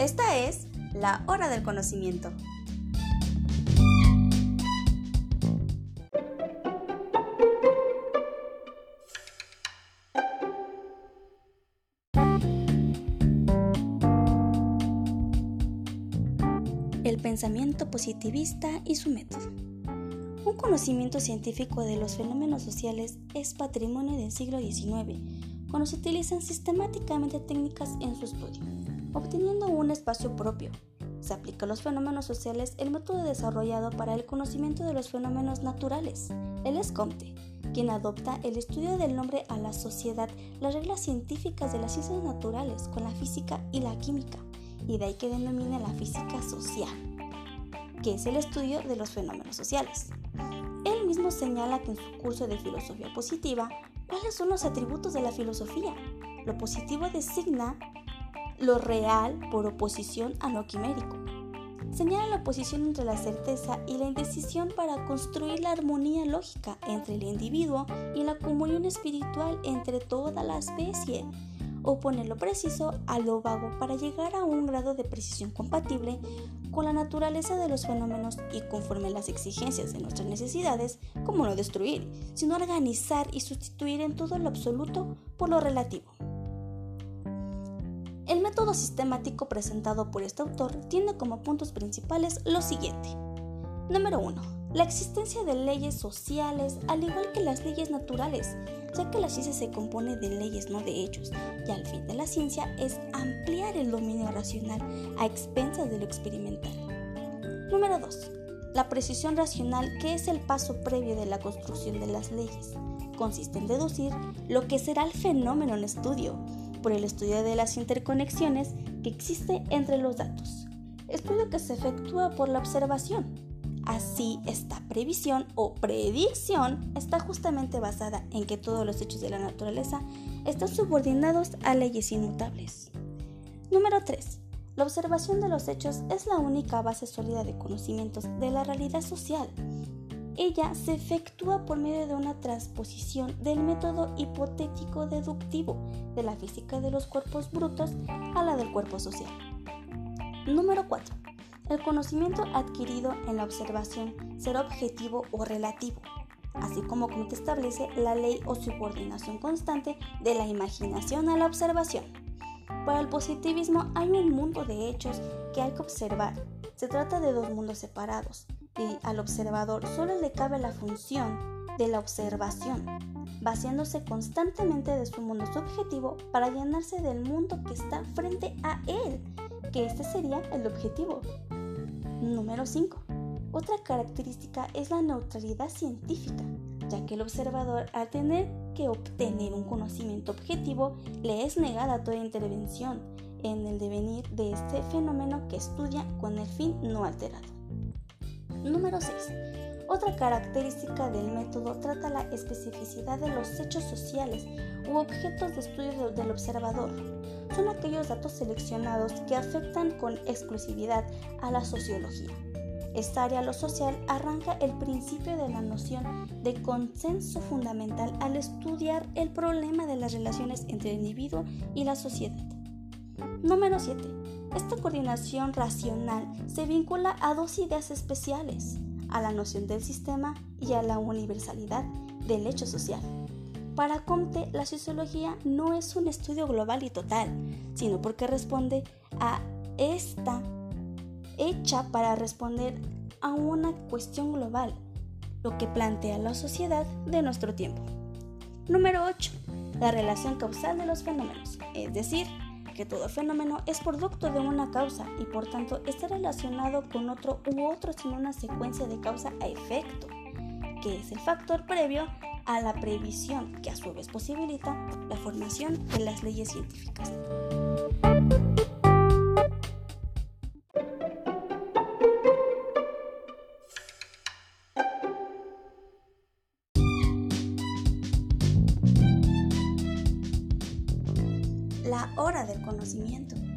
Esta es la hora del conocimiento. El pensamiento positivista y su método. Un conocimiento científico de los fenómenos sociales es patrimonio del siglo XIX, cuando se utilizan sistemáticamente técnicas en su estudio, obteniendo un espacio propio. Se aplica a los fenómenos sociales el método desarrollado para el conocimiento de los fenómenos naturales. Él es Comte, quien adopta el estudio del nombre a la sociedad, las reglas científicas de las ciencias naturales con la física y la química, y de ahí que denomina la física social, que es el estudio de los fenómenos sociales. Él mismo señala que en su curso de filosofía positiva, ¿cuáles son los atributos de la filosofía? Lo positivo designa lo real por oposición a lo quimérico. Señala la oposición entre la certeza y la indecisión para construir la armonía lógica entre el individuo y la comunión espiritual entre toda la especie. Opone lo preciso a lo vago para llegar a un grado de precisión compatible con la naturaleza de los fenómenos y conforme a las exigencias de nuestras necesidades, como no destruir, sino organizar y sustituir en todo lo absoluto por lo relativo. El método sistemático presentado por este autor tiene como puntos principales lo siguiente. Número 1. La existencia de leyes sociales, al igual que las leyes naturales, ya que la ciencia se compone de leyes, no de hechos, y al fin de la ciencia es ampliar el dominio racional a expensas de lo experimental. Número 2. La precisión racional, que es el paso previo de la construcción de las leyes, consiste en deducir lo que será el fenómeno en estudio, por el estudio de las interconexiones que existe entre los datos, estudio que se efectúa por la observación. Así, esta previsión o predicción está justamente basada en que todos los hechos de la naturaleza están subordinados a leyes inmutables. Número 3. La observación de los hechos es la única base sólida de conocimientos de la realidad social. Ella se efectúa por medio de una transposición del método hipotético deductivo de la física de los cuerpos brutos a la del cuerpo social. Número 4. El conocimiento adquirido en la observación será objetivo o relativo, así como Comte establece la ley o subordinación constante de la imaginación a la observación. Para el positivismo hay un mundo de hechos que hay que observar. Se trata de dos mundos separados, y al observador solo le cabe la función de la observación, vaciándose constantemente de su mundo subjetivo para llenarse del mundo que está frente a él, que este sería el objetivo. Número 5. Otra característica es la neutralidad científica, ya que el observador, al tener que obtener un conocimiento objetivo, le es negada toda intervención en el devenir de este fenómeno que estudia con el fin no alterado. Número 6. Otra característica del método trata la especificidad de los hechos sociales u objetos de estudio del observador. Son aquellos datos seleccionados que afectan con exclusividad a la sociología. Esta área, lo social, arranca el principio de la noción de consenso fundamental al estudiar el problema de las relaciones entre el individuo y la sociedad. Número 7. Esta coordinación racional se vincula a dos ideas especiales, a la noción del sistema y a la universalidad del hecho social. Para Comte, la sociología no es un estudio global y total, sino porque responde a esta hecha para responder a una cuestión global, lo que plantea la sociedad de nuestro tiempo. Número 8. La relación causal de los fenómenos, es decir, que todo fenómeno es producto de una causa y por tanto está relacionado con otro u otro sin una secuencia de causa a efecto, que es el factor previo a la previsión que a su vez posibilita la formación de las leyes científicas. La hora del conocimiento.